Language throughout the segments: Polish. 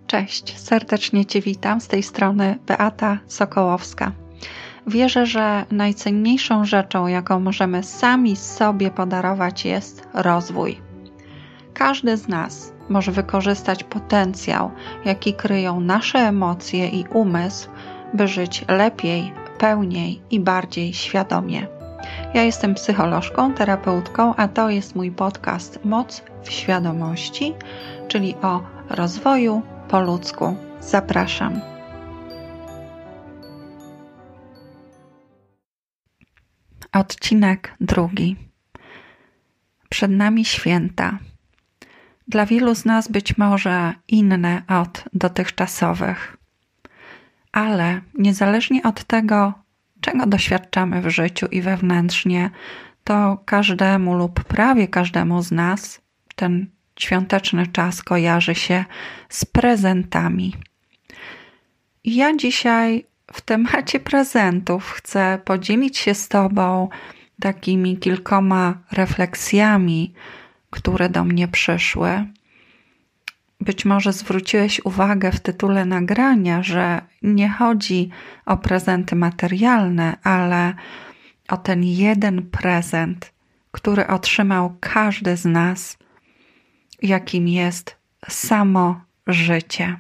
Cześć, serdecznie Cię witam. Z tej strony Beata Sokołowska. Wierzę, że najcenniejszą rzeczą, jaką możemy sami sobie podarować, jest rozwój. Każdy z nas może wykorzystać potencjał, jaki kryją nasze emocje i umysł, by żyć lepiej, pełniej i bardziej świadomie. Ja jestem psycholożką, terapeutką, a to jest mój podcast Moc w świadomości, czyli o rozwoju po ludzku. Zapraszam. Odcinek 2. Przed nami święta. Dla wielu z nas być może inne od dotychczasowych. Ale niezależnie od tego, czego doświadczamy w życiu i wewnętrznie, to każdemu lub prawie każdemu z nas ten świąteczny czas kojarzy się z prezentami. Ja dzisiaj w temacie prezentów chcę podzielić się z Tobą takimi kilkoma refleksjami, które do mnie przyszły. Być może zwróciłeś uwagę w tytule nagrania, że nie chodzi o prezenty materialne, ale o ten jeden prezent, który otrzymał każdy z nas, jakim jest samo życie.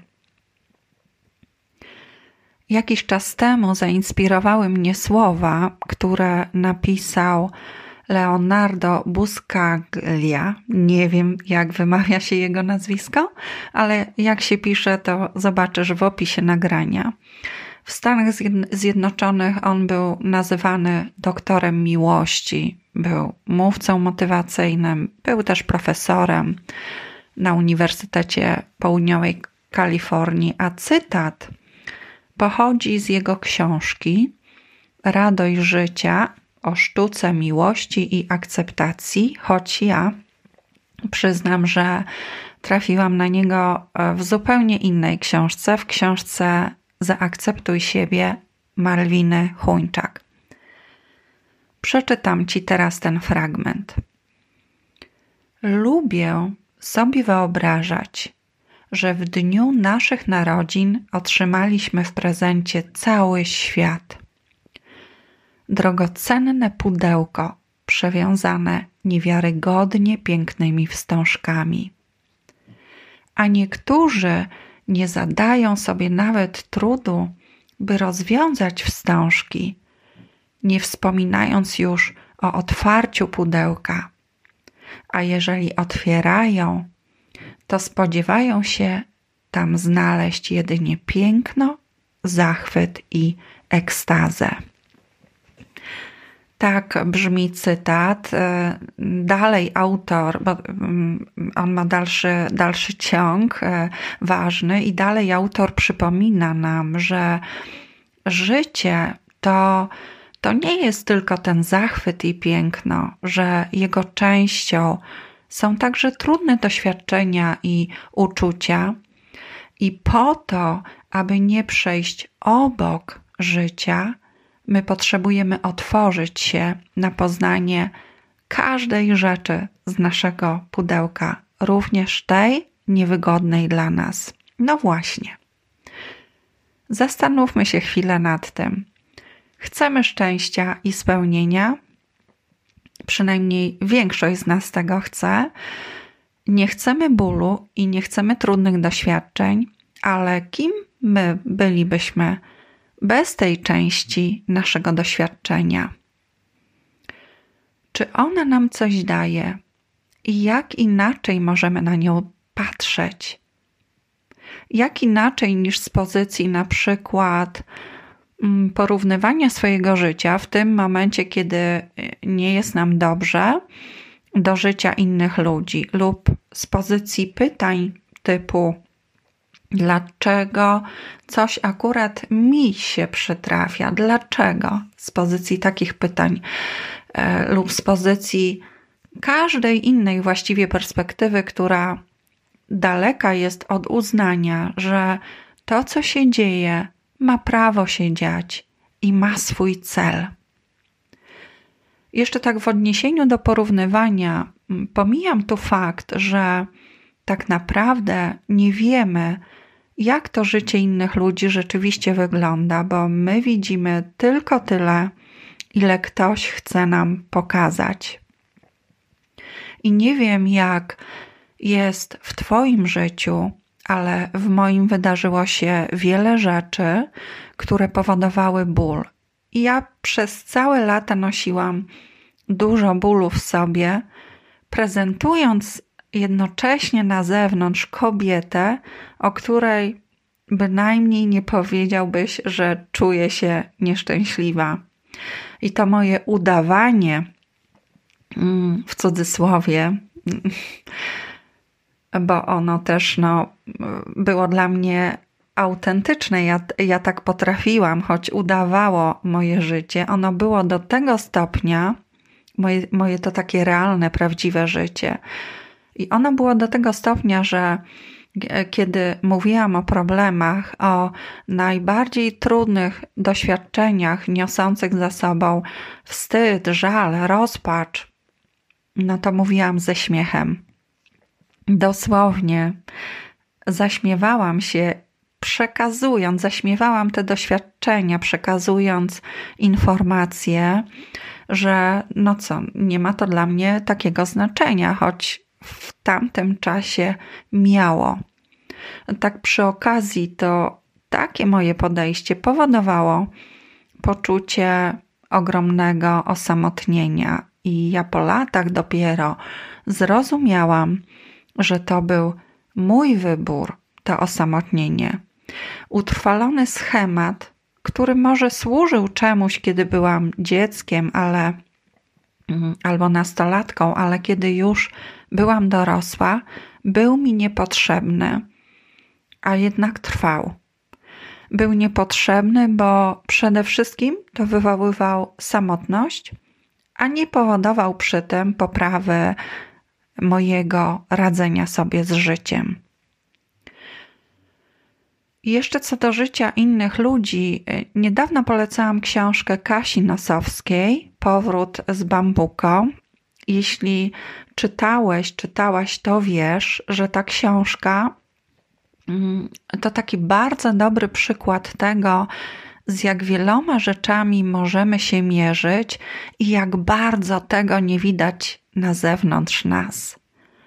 Jakiś czas temu zainspirowały mnie słowa, które napisał Leonardo Buscaglia. Nie wiem, jak wymawia się jego nazwisko, ale jak się pisze, to zobaczysz w opisie nagrania. W Stanach Zjednoczonych on był nazywany doktorem miłości, był mówcą motywacyjnym, był też profesorem na Uniwersytecie Południowej Kalifornii, a cytat pochodzi z jego książki Radość życia o sztuce miłości i akceptacji, choć ja przyznam, że trafiłam na niego w zupełnie innej książce, w książce Zaakceptuj siebie Malwiny Chuńczak. Przeczytam Ci teraz ten fragment. Lubię sobie wyobrażać, że w dniu naszych narodzin otrzymaliśmy w prezencie cały świat. Drogocenne pudełko przewiązane niewiarygodnie pięknymi wstążkami. A niektórzy nie zadają sobie nawet trudu, by rozwiązać wstążki, nie wspominając już o otwarciu pudełka. A jeżeli otwierają, to spodziewają się tam znaleźć jedynie piękno, zachwyt i ekstazę. Tak brzmi cytat. Dalej autor, bo on ma dalszy ciąg ważny i dalej autor przypomina nam, że życie to nie jest tylko ten zachwyt i piękno, że jego częścią są także trudne doświadczenia i uczucia i po to, aby nie przejść obok życia, my potrzebujemy otworzyć się na poznanie każdej rzeczy z naszego pudełka, również tej niewygodnej dla nas. No właśnie. Zastanówmy się chwilę nad tym. Chcemy szczęścia i spełnienia, przynajmniej większość z nas tego chce. Nie chcemy bólu i nie chcemy trudnych doświadczeń, ale kim my bylibyśmy bez tej części naszego doświadczenia? Czy ona nam coś daje i jak inaczej możemy na nią patrzeć? Jak inaczej niż z pozycji na przykład porównywania swojego życia w tym momencie, kiedy nie jest nam dobrze, do życia innych ludzi lub z pozycji pytań typu dlaczego coś akurat mi się przytrafia, dlaczego, z pozycji takich pytań lub z pozycji każdej innej właściwie perspektywy, która daleka jest od uznania, że to, co się dzieje, ma prawo się dziać i ma swój cel. Jeszcze tak w odniesieniu do porównywania, pomijam tu fakt, że tak naprawdę nie wiemy, jak to życie innych ludzi rzeczywiście wygląda, bo my widzimy tylko tyle, ile ktoś chce nam pokazać. I nie wiem, jak jest w Twoim życiu, ale w moim wydarzyło się wiele rzeczy, które powodowały ból. I ja przez całe lata nosiłam dużo bólu w sobie, prezentując jednocześnie na zewnątrz kobietę, o której bynajmniej nie powiedziałbyś, że czuję się nieszczęśliwa. I to moje udawanie, w cudzysłowie, bo ono też było dla mnie autentyczne. Ja tak potrafiłam, choć udawało moje życie. Ono było do tego stopnia, moje to takie realne, prawdziwe życie. I ono było do tego stopnia, że kiedy mówiłam o problemach, o najbardziej trudnych doświadczeniach niosących za sobą wstyd, żal, rozpacz, to mówiłam ze śmiechem. Dosłownie zaśmiewałam się, zaśmiewałam te doświadczenia, przekazując informacje, że nie ma to dla mnie takiego znaczenia, choć w tamtym czasie miało. Tak przy okazji to takie moje podejście powodowało poczucie ogromnego osamotnienia i ja po latach dopiero zrozumiałam, że to był mój wybór, to osamotnienie. Utrwalony schemat, który może służył czemuś, kiedy byłam dzieckiem, albo nastolatką, ale kiedy już byłam dorosła, był mi niepotrzebny, a jednak trwał. Był niepotrzebny, bo przede wszystkim to wywoływał samotność, a nie powodował przy tym poprawy mojego radzenia sobie z życiem. I jeszcze co do życia innych ludzi, niedawno polecałam książkę Kasi Nosowskiej, Powrót z bambuko. Jeśli czytałaś, to wiesz, że ta książka to taki bardzo dobry przykład tego, z jak wieloma rzeczami możemy się mierzyć i jak bardzo tego nie widać na zewnątrz nas.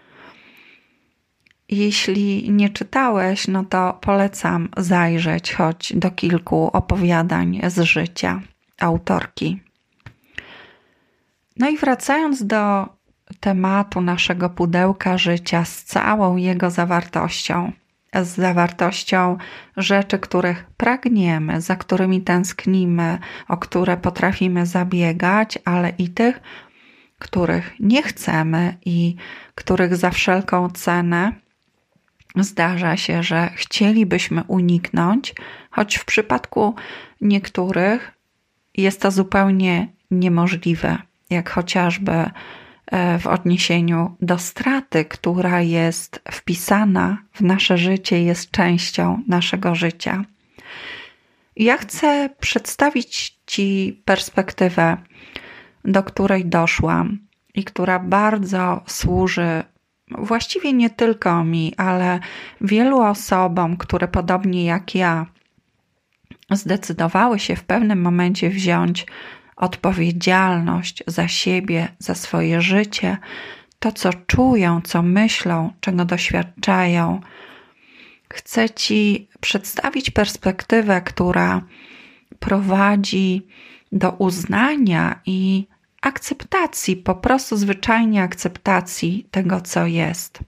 Jeśli nie czytałeś, to polecam zajrzeć choć do kilku opowiadań z życia autorki. No i wracając do tematu naszego pudełka życia z całą jego zawartością, z zawartością rzeczy, których pragniemy, za którymi tęsknimy, o które potrafimy zabiegać, ale i tych, których nie chcemy i których za wszelką cenę zdarza się, że chcielibyśmy uniknąć, choć w przypadku niektórych jest to zupełnie niemożliwe, jak chociażby w odniesieniu do straty, która jest wpisana w nasze życie, jest częścią naszego życia. Ja chcę przedstawić Ci perspektywę, do której doszłam i która bardzo służy właściwie nie tylko mi, ale wielu osobom, które podobnie jak ja zdecydowały się w pewnym momencie wziąć odpowiedzialność za siebie, za swoje życie, to co czują, co myślą, czego doświadczają. Chcę Ci przedstawić perspektywę, która prowadzi do uznania i akceptacji, po prostu zwyczajnie akceptacji tego, co jest.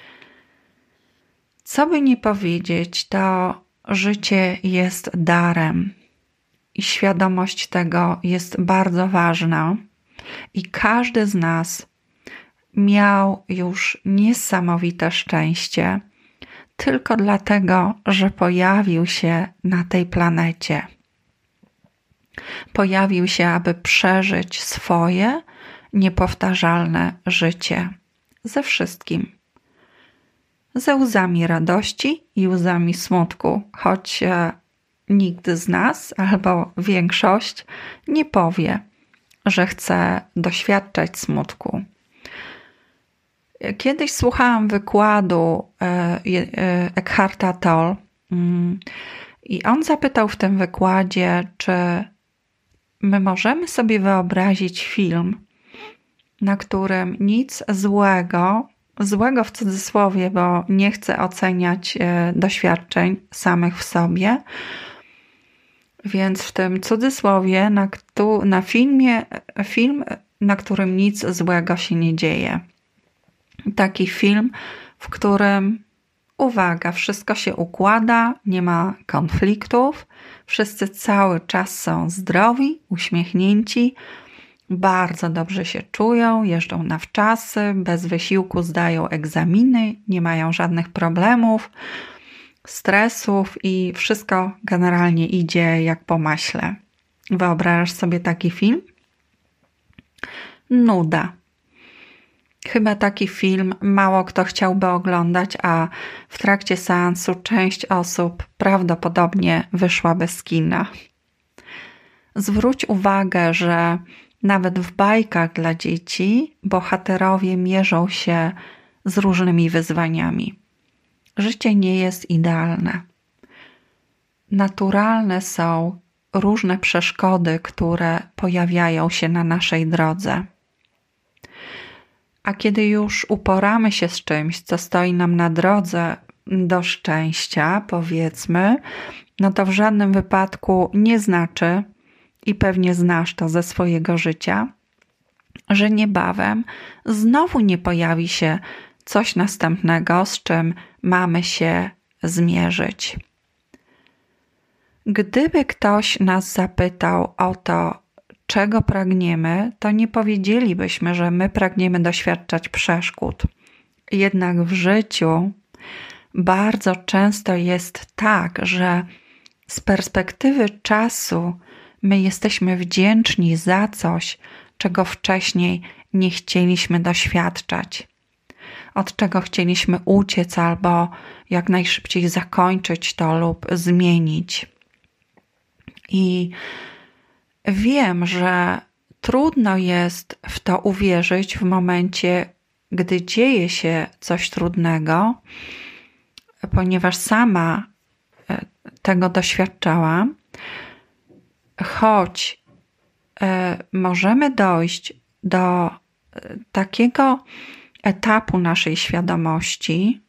Co by nie powiedzieć, to życie jest darem i świadomość tego jest bardzo ważna i każdy z nas miał już niesamowite szczęście tylko dlatego, że pojawił się na tej planecie. Pojawił się, aby przeżyć swoje niepowtarzalne życie ze wszystkim. Ze łzami radości i łzami smutku, choć nikt z nas, albo większość, nie powie, że chce doświadczać smutku. Kiedyś słuchałam wykładu Eckharta Tolle I on zapytał w tym wykładzie, czy my możemy sobie wyobrazić film, na którym nic złego w cudzysłowie, bo nie chcę oceniać doświadczeń samych w sobie, więc w tym cudzysłowie film, na którym nic złego się nie dzieje. Taki film, w którym, uwaga, wszystko się układa, nie ma konfliktów, wszyscy cały czas są zdrowi, uśmiechnięci, bardzo dobrze się czują, jeżdżą na wczasy, bez wysiłku zdają egzaminy, nie mają żadnych problemów, stresów i wszystko generalnie idzie jak po maśle. Wyobrażasz sobie taki film? Nuda. Chyba taki film mało kto chciałby oglądać, a w trakcie seansu część osób prawdopodobnie wyszłaby z kina. Zwróć uwagę, że nawet w bajkach dla dzieci bohaterowie mierzą się z różnymi wyzwaniami. Życie nie jest idealne. Naturalne są różne przeszkody, które pojawiają się na naszej drodze. A kiedy już uporamy się z czymś, co stoi nam na drodze do szczęścia, powiedzmy, no to w żadnym wypadku nie znaczy, i pewnie znasz to ze swojego życia, że niebawem znowu nie pojawi się coś następnego, z czym mamy się zmierzyć. Gdyby ktoś nas zapytał o to, czego pragniemy, to nie powiedzielibyśmy, że my pragniemy doświadczać przeszkód. Jednak w życiu bardzo często jest tak, że z perspektywy czasu my jesteśmy wdzięczni za coś, czego wcześniej nie chcieliśmy doświadczać, od czego chcieliśmy uciec albo jak najszybciej zakończyć to lub zmienić. I wiem, że trudno jest w to uwierzyć w momencie, gdy dzieje się coś trudnego, ponieważ sama tego doświadczałam, choć możemy dojść do takiego etapu naszej świadomości,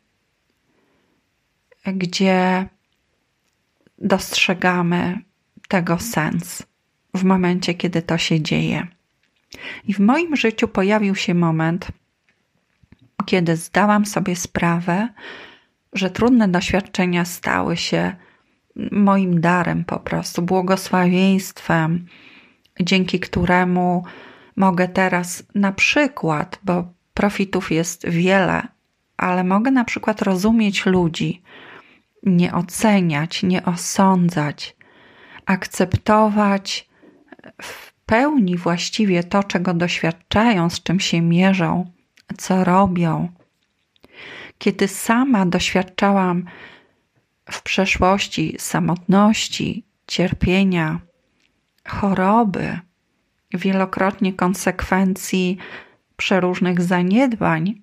gdzie dostrzegamy tego sens w momencie, kiedy to się dzieje. I w moim życiu pojawił się moment, kiedy zdałam sobie sprawę, że trudne doświadczenia stały się moim darem po prostu, błogosławieństwem, dzięki któremu mogę teraz na przykład, bo profitów jest wiele, ale mogę na przykład rozumieć ludzi, nie oceniać, nie osądzać, akceptować w pełni właściwie to, czego doświadczają, z czym się mierzą, co robią. Kiedy sama doświadczałam w przeszłości samotności, cierpienia, choroby, wielokrotnie konsekwencji przeróżnych zaniedbań,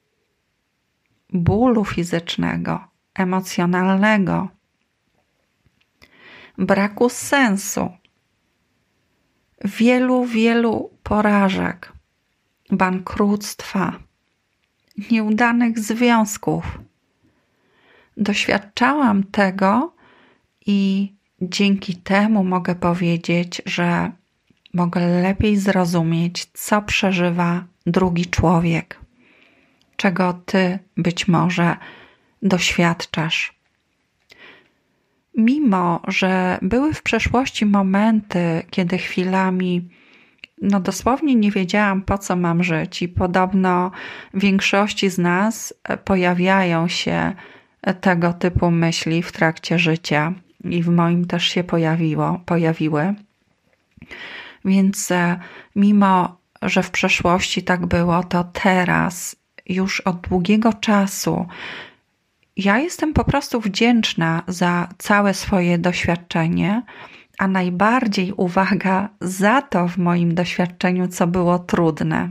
bólu fizycznego, emocjonalnego, braku sensu, wielu porażek, bankructwa, nieudanych związków. Doświadczałam tego i dzięki temu mogę powiedzieć, że mogę lepiej zrozumieć, co przeżywa drugi człowiek, czego ty być może doświadczasz. Mimo że były w przeszłości momenty, kiedy chwilami dosłownie nie wiedziałam, po co mam żyć i podobno w większości z nas pojawiają się tego typu myśli w trakcie życia i w moim też się pojawiły. Więc mimo że w przeszłości tak było, to teraz już od długiego czasu ja jestem po prostu wdzięczna za całe swoje doświadczenie, a najbardziej, uwaga, za to w moim doświadczeniu, co było trudne.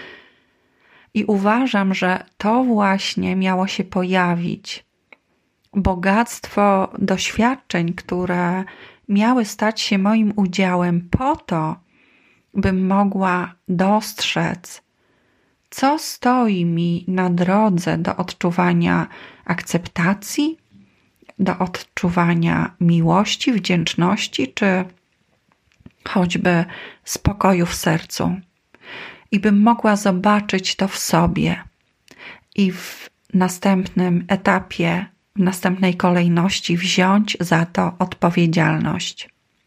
I uważam, że to właśnie miało się pojawić, bogactwo doświadczeń, które miały stać się moim udziałem po to, bym mogła dostrzec, co stoi mi na drodze do odczuwania akceptacji, do odczuwania miłości, wdzięczności, czy choćby spokoju w sercu. I bym mogła zobaczyć to w sobie i w następnym etapie, w następnej kolejności wziąć za to odpowiedzialność.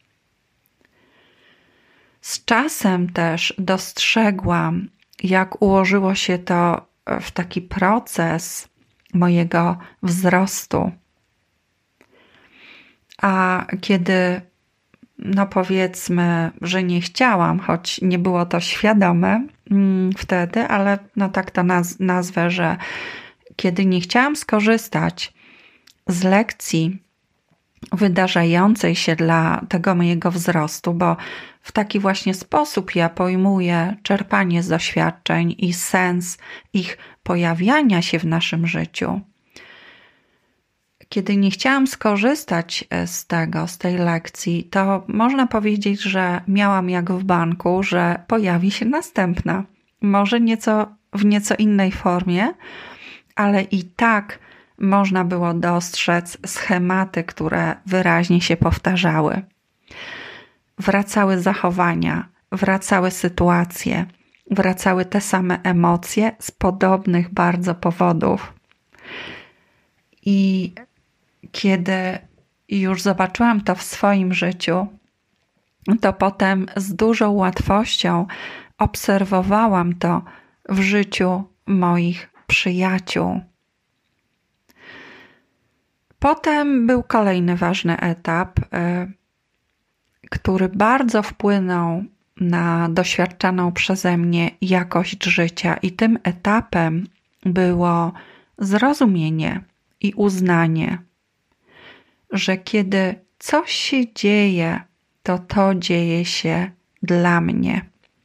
Z czasem też dostrzegłam, jak ułożyło się to w taki proces mojego wzrostu. A kiedy, powiedzmy, że nie chciałam, choć nie było to świadome wtedy, ale tak to nazwę, że kiedy nie chciałam skorzystać z lekcji wydarzającej się dla tego mojego wzrostu, bo w taki właśnie sposób ja pojmuję czerpanie z doświadczeń i sens ich pojawiania się w naszym życiu. Kiedy nie chciałam skorzystać z tej lekcji, to można powiedzieć, że miałam jak w banku, że pojawi się następna. Może w nieco innej formie, ale i tak można było dostrzec schematy, które wyraźnie się powtarzały. Wracały zachowania, wracały sytuacje, wracały te same emocje z podobnych bardzo powodów. I kiedy już zobaczyłam to w swoim życiu, to potem z dużą łatwością obserwowałam to w życiu moich przyjaciół. Potem był kolejny ważny etap, który bardzo wpłynął na doświadczaną przeze mnie jakość życia, i tym etapem było zrozumienie i uznanie, że kiedy coś się dzieje, to dzieje się dla mnie.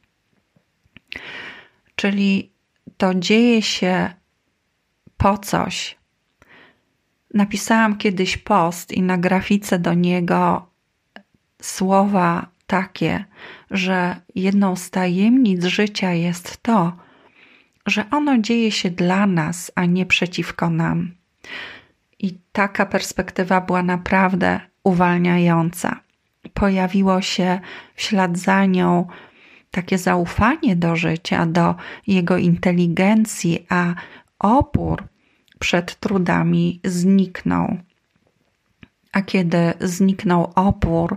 Czyli to dzieje się po coś. Napisałam kiedyś post i na grafice do niego słowa takie, że jedną z tajemnic życia jest to, że ono dzieje się dla nas, a nie przeciwko nam. I taka perspektywa była naprawdę uwalniająca. Pojawiło się w ślad za nią takie zaufanie do życia, do jego inteligencji, a opór przed trudami zniknął. A kiedy zniknął opór,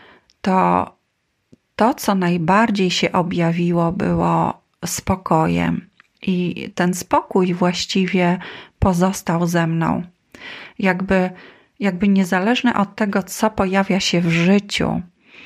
to co najbardziej się objawiło, było spokojem. I ten spokój właściwie pozostał ze mną. Jakby niezależne od tego, co pojawia się w życiu,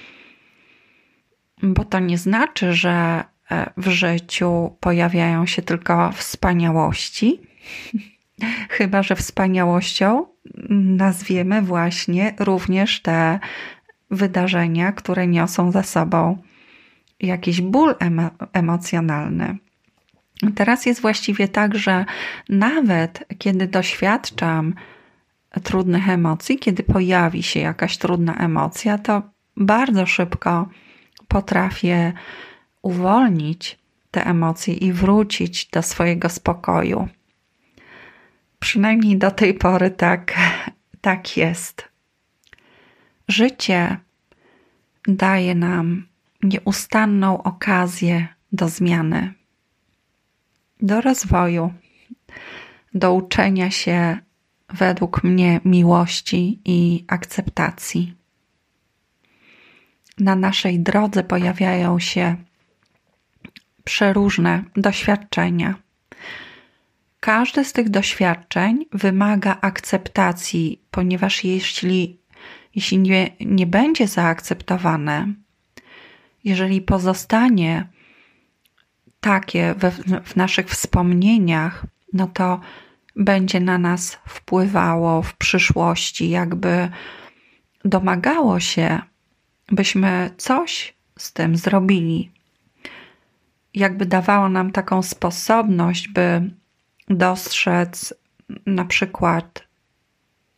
bo to nie znaczy, że w życiu pojawiają się tylko wspaniałości, chyba że wspaniałością nazwiemy właśnie również te wydarzenia, które niosą za sobą jakiś ból emocjonalny. Teraz jest właściwie tak, że nawet kiedy doświadczam trudnych emocji, kiedy pojawi się jakaś trudna emocja, to bardzo szybko potrafię uwolnić te emocje i wrócić do swojego spokoju. Przynajmniej do tej pory tak jest. Życie daje nam nieustanną okazję do zmiany, do rozwoju, do uczenia się według mnie miłości i akceptacji. Na naszej drodze pojawiają się przeróżne doświadczenia. Każde z tych doświadczeń wymaga akceptacji, ponieważ jeśli nie będzie zaakceptowane, jeżeli pozostanie takie w naszych wspomnieniach, to będzie na nas wpływało w przyszłości, jakby domagało się, byśmy coś z tym zrobili. Jakby dawało nam taką sposobność, by dostrzec na przykład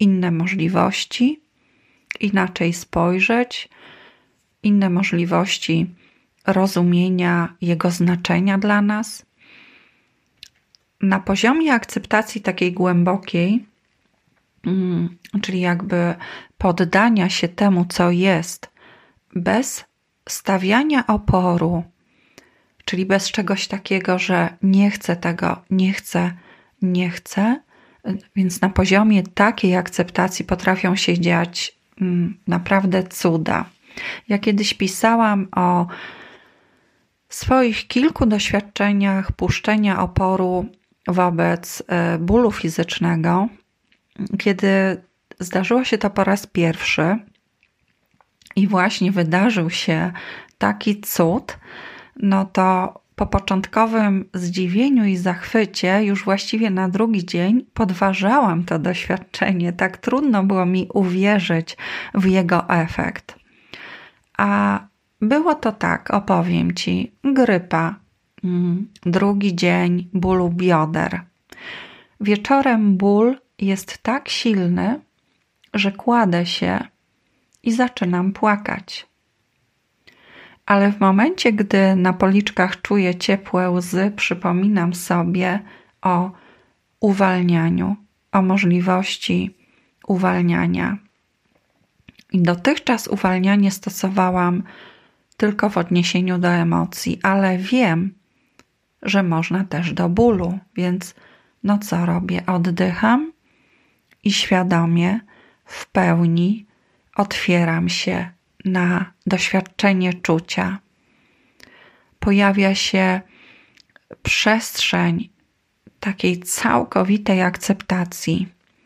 inne możliwości, inaczej spojrzeć, inne możliwości rozumienia jego znaczenia dla nas. Na poziomie akceptacji takiej głębokiej, czyli jakby poddania się temu, co jest, bez stawiania oporu, czyli bez czegoś takiego, że nie chcę tego, nie chcę, więc na poziomie takiej akceptacji potrafią się dziać naprawdę cuda. Ja kiedyś pisałam o swoich kilku doświadczeniach puszczenia oporu wobec bólu fizycznego, kiedy zdarzyło się to po raz pierwszy i właśnie wydarzył się taki cud, no to po początkowym zdziwieniu i zachwycie już właściwie na drugi dzień podważałam to doświadczenie. Tak trudno było mi uwierzyć w jego efekt. A było to tak, opowiem Ci, grypa, drugi dzień bólu bioder. Wieczorem ból jest tak silny, że kładę się i zaczynam płakać. Ale w momencie, gdy na policzkach czuję ciepłe łzy, przypominam sobie o uwalnianiu, o możliwości uwalniania. I dotychczas uwalnianie stosowałam tylko w odniesieniu do emocji, ale wiem, że można też do bólu, więc no co robię? Oddycham i świadomie, w pełni otwieram się na doświadczenie czucia. Pojawia się przestrzeń takiej całkowitej akceptacji,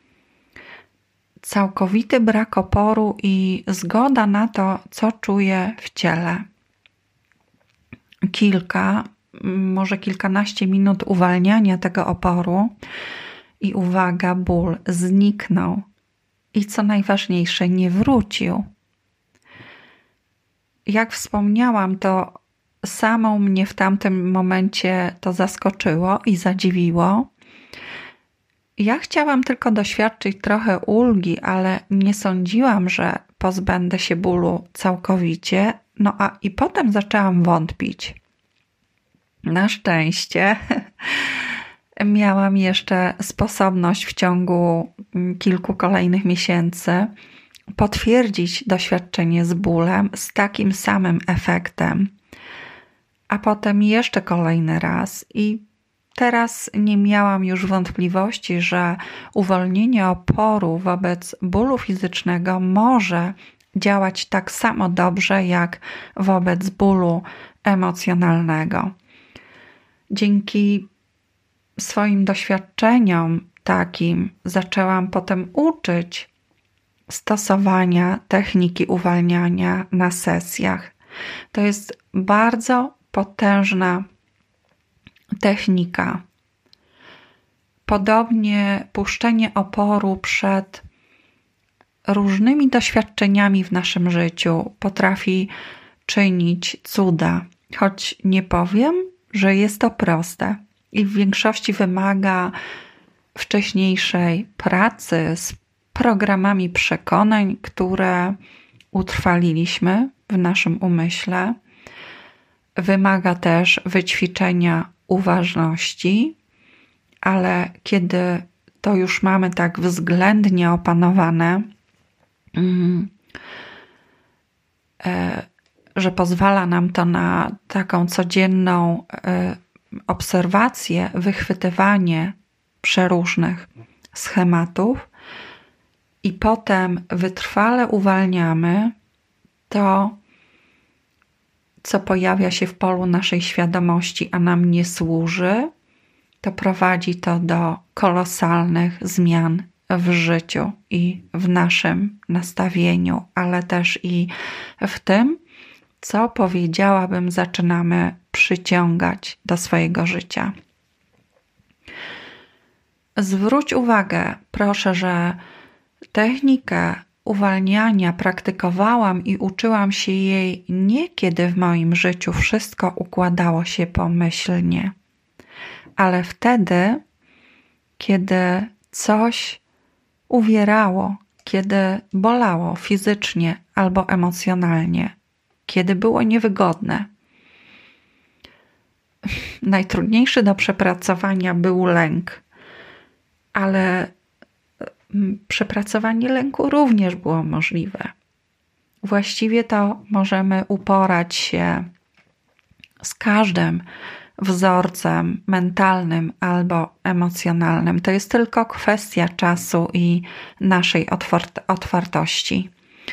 całkowity brak oporu i zgoda na to, co czuję w ciele. Może kilkanaście minut uwalniania tego oporu i uwaga, ból zniknął i co najważniejsze, nie wrócił. Jak wspomniałam, to samą mnie w tamtym momencie to zaskoczyło i zadziwiło. Ja chciałam tylko doświadczyć trochę ulgi, ale nie sądziłam, że pozbędę się bólu całkowicie. No a i potem zaczęłam wątpić. Na szczęście miałam jeszcze sposobność w ciągu kilku kolejnych miesięcy potwierdzić doświadczenie z bólem z takim samym efektem, a potem jeszcze kolejny raz i teraz nie miałam już wątpliwości, że uwolnienie oporu wobec bólu fizycznego może działać tak samo dobrze jak wobec bólu emocjonalnego. Dzięki swoim doświadczeniom takim zaczęłam potem uczyć stosowania techniki uwalniania na sesjach. To jest bardzo potężna technika. Podobnie puszczenie oporu przed różnymi doświadczeniami w naszym życiu potrafi czynić cuda. Choć nie powiem, że jest to proste i w większości wymaga wcześniejszej pracy z programami przekonań, które utrwaliliśmy w naszym umyśle. Wymaga też wyćwiczenia uważności, ale kiedy to już mamy tak względnie opanowane, że pozwala nam to na taką codzienną obserwację, wychwytywanie przeróżnych schematów i potem wytrwale uwalniamy to, co pojawia się w polu naszej świadomości, a nam nie służy, to prowadzi to do kolosalnych zmian w życiu i w naszym nastawieniu, ale też i w tym, co powiedziałabym, zaczynamy przyciągać do swojego życia. Zwróć uwagę, proszę, że technikę uwalniania praktykowałam i uczyłam się jej nie kiedy w moim życiu wszystko układało się uwierało, kiedy bolało fizycznie albo emocjonalnie, kiedy było niewygodne. Najtrudniejszy do przepracowania był lęk, ale przepracowanie lęku również było możliwe. Właściwie to możemy uporać się z każdym wzorcem mentalnym albo emocjonalnym. To jest tylko kwestia czasu i naszej otwartości.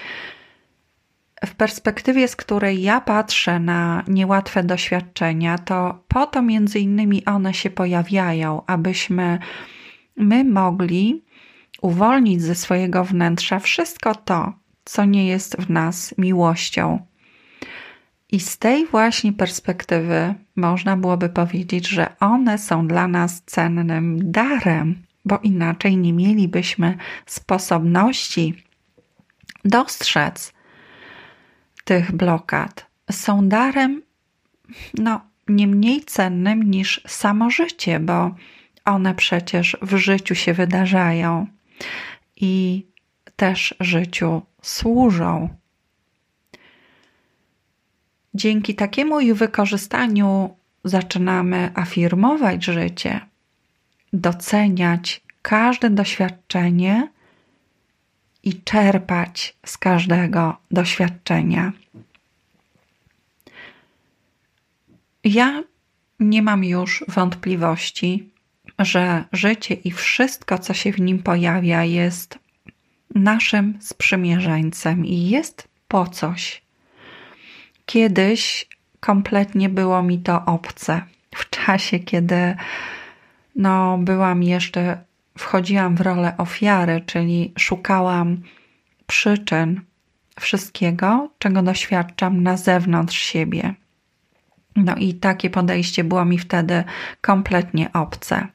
W perspektywie, z której ja patrzę na niełatwe doświadczenia, to po to między innymi one się pojawiają, abyśmy my mogli uwolnić ze swojego wnętrza wszystko to, co nie jest w nas miłością. I z tej właśnie perspektywy można byłoby powiedzieć, że one są dla nas cennym darem, bo inaczej nie mielibyśmy sposobności dostrzec tych blokad. Są darem nie mniej cennym niż samo życie, bo one przecież w życiu się wydarzają i też życiu służą. Dzięki takiemu ich wykorzystaniu zaczynamy afirmować życie, doceniać każde doświadczenie i czerpać z każdego doświadczenia. Ja nie mam już wątpliwości, że życie i wszystko, co się w nim pojawia, jest naszym sprzymierzeńcem i jest po coś. Kiedyś kompletnie było mi to obce. W czasie, kiedy wchodziłam w rolę ofiary, czyli szukałam przyczyn wszystkiego, czego doświadczam na zewnątrz siebie. I takie podejście było mi wtedy kompletnie obce.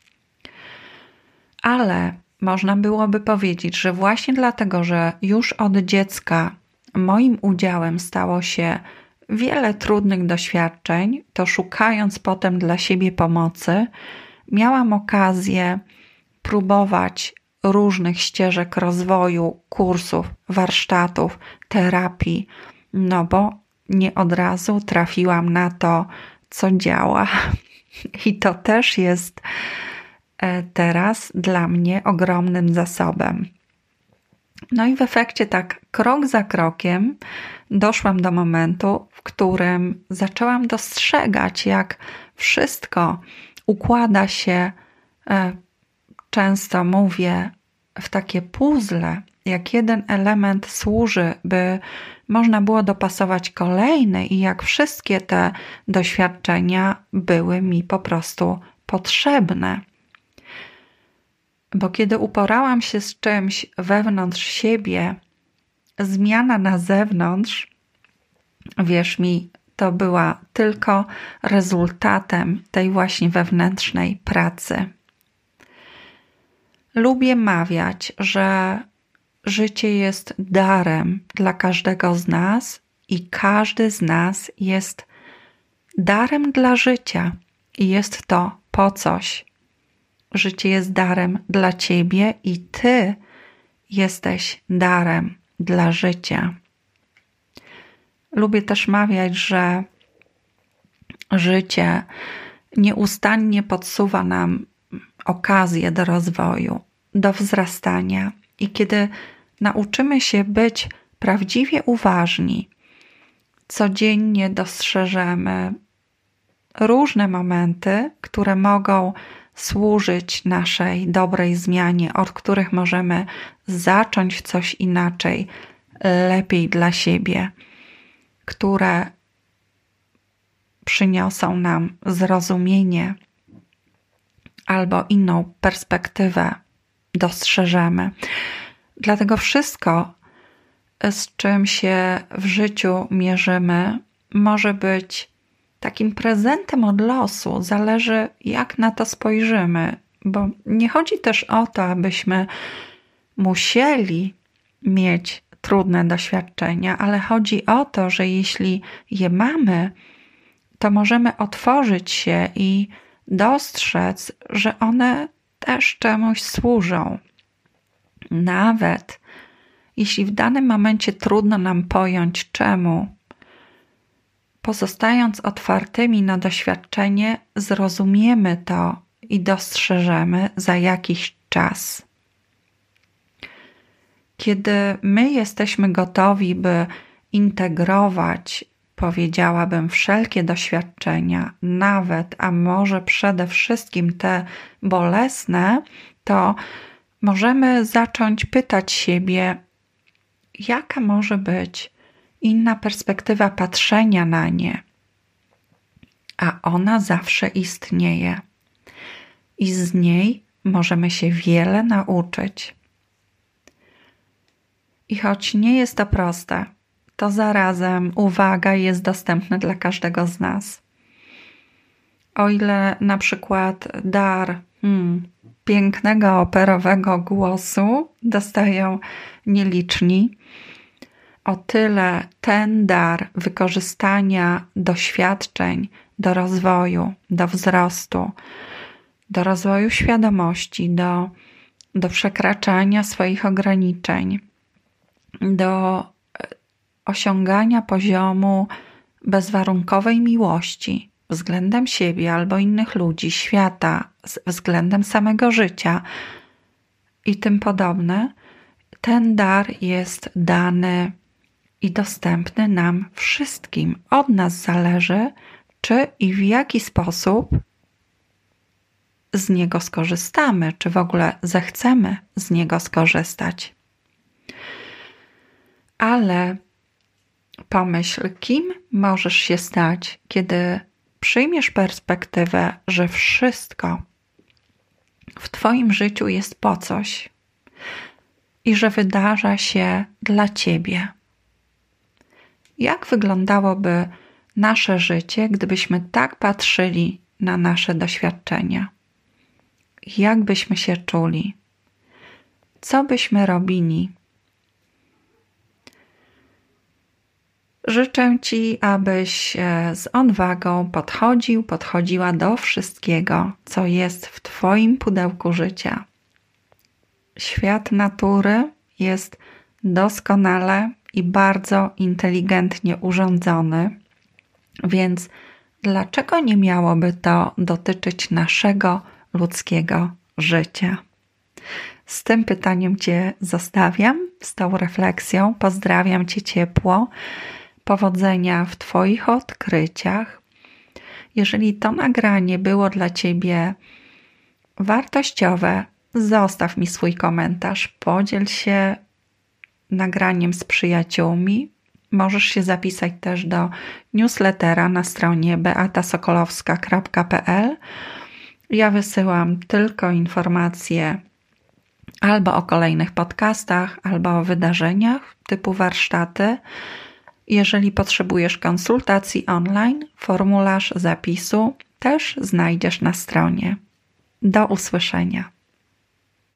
Ale można byłoby powiedzieć, że właśnie dlatego, że już od dziecka moim udziałem stało się wiele trudnych doświadczeń, to szukając potem dla siebie pomocy, miałam okazję próbować różnych ścieżek rozwoju, kursów, warsztatów, terapii, bo nie od razu trafiłam na to, co działa. I to też jest teraz dla mnie ogromnym zasobem. I w efekcie tak krok za krokiem doszłam do momentu, w którym zaczęłam dostrzegać, jak wszystko układa się, często mówię, w takie puzzle, jak jeden element służy, by można było dopasować kolejny i jak wszystkie te doświadczenia były mi po prostu potrzebne. Bo kiedy uporałam się z czymś wewnątrz siebie, zmiana na zewnątrz, wierz mi, to była tylko rezultatem tej właśnie wewnętrznej pracy. Lubię mawiać, że życie jest darem dla każdego z nas i każdy z nas jest darem dla życia i jest to po coś. Życie jest darem dla ciebie i ty jesteś darem dla życia. Lubię też mawiać, że życie nieustannie podsuwa nam okazję do rozwoju, do wzrastania i kiedy nauczymy się być prawdziwie uważni, codziennie dostrzeżemy różne momenty, które mogą służyć naszej dobrej zmianie, od których możemy zacząć coś inaczej, lepiej dla siebie, które przyniosą nam zrozumienie albo inną perspektywę dostrzeżemy. Dlatego wszystko, z czym się w życiu mierzymy, może być takim prezentem od losu. Zależy, jak na to spojrzymy, bo nie chodzi też o to, abyśmy musieli mieć trudne doświadczenia, ale chodzi o to, że jeśli je mamy, to możemy otworzyć się i dostrzec, że one też czemuś służą. Nawet jeśli w danym momencie trudno nam pojąć czemu, pozostając otwartymi na doświadczenie, zrozumiemy to i dostrzeżemy za jakiś czas. Kiedy my jesteśmy gotowi, by integrować, powiedziałabym, wszelkie doświadczenia, nawet, a może przede wszystkim te bolesne, to możemy zacząć pytać siebie, jaka może być inna perspektywa patrzenia na nie. A ona zawsze istnieje. I z niej możemy się wiele nauczyć. I choć nie jest to proste, to zarazem uwaga jest dostępna dla każdego z nas. O ile na przykład dar pięknego, operowego głosu dostają nieliczni, o tyle ten dar wykorzystania doświadczeń do rozwoju, do wzrostu, do rozwoju świadomości, do przekraczania swoich ograniczeń, do osiągania poziomu bezwarunkowej miłości względem siebie albo innych ludzi, świata, względem samego życia i tym podobne, ten dar jest dany i dostępny nam wszystkim. Od nas zależy, czy i w jaki sposób z niego skorzystamy, czy w ogóle zechcemy z niego skorzystać. Ale pomyśl, kim możesz się stać, kiedy przyjmiesz perspektywę, że wszystko w Twoim życiu jest po coś i że wydarza się dla Ciebie. Jak wyglądałoby nasze życie, gdybyśmy tak patrzyli na nasze doświadczenia? Jak byśmy się czuli? Co byśmy robili? Życzę Ci, abyś z odwagą podchodziła do wszystkiego, co jest w Twoim pudełku życia. Świat natury jest doskonale i bardzo inteligentnie urządzony, więc dlaczego nie miałoby to dotyczyć naszego ludzkiego życia? Z tym pytaniem Cię zostawiam, z tą refleksją. Pozdrawiam Cię ciepło. Powodzenia w Twoich odkryciach. Jeżeli to nagranie było dla Ciebie wartościowe, zostaw mi swój komentarz, podziel się nagraniem z przyjaciółmi. Możesz się zapisać też do newslettera na stronie beatasokolowska.pl. Ja wysyłam tylko informacje albo o kolejnych podcastach, albo o wydarzeniach typu warsztaty. Jeżeli potrzebujesz konsultacji online, formularz zapisu też znajdziesz na stronie. Do usłyszenia.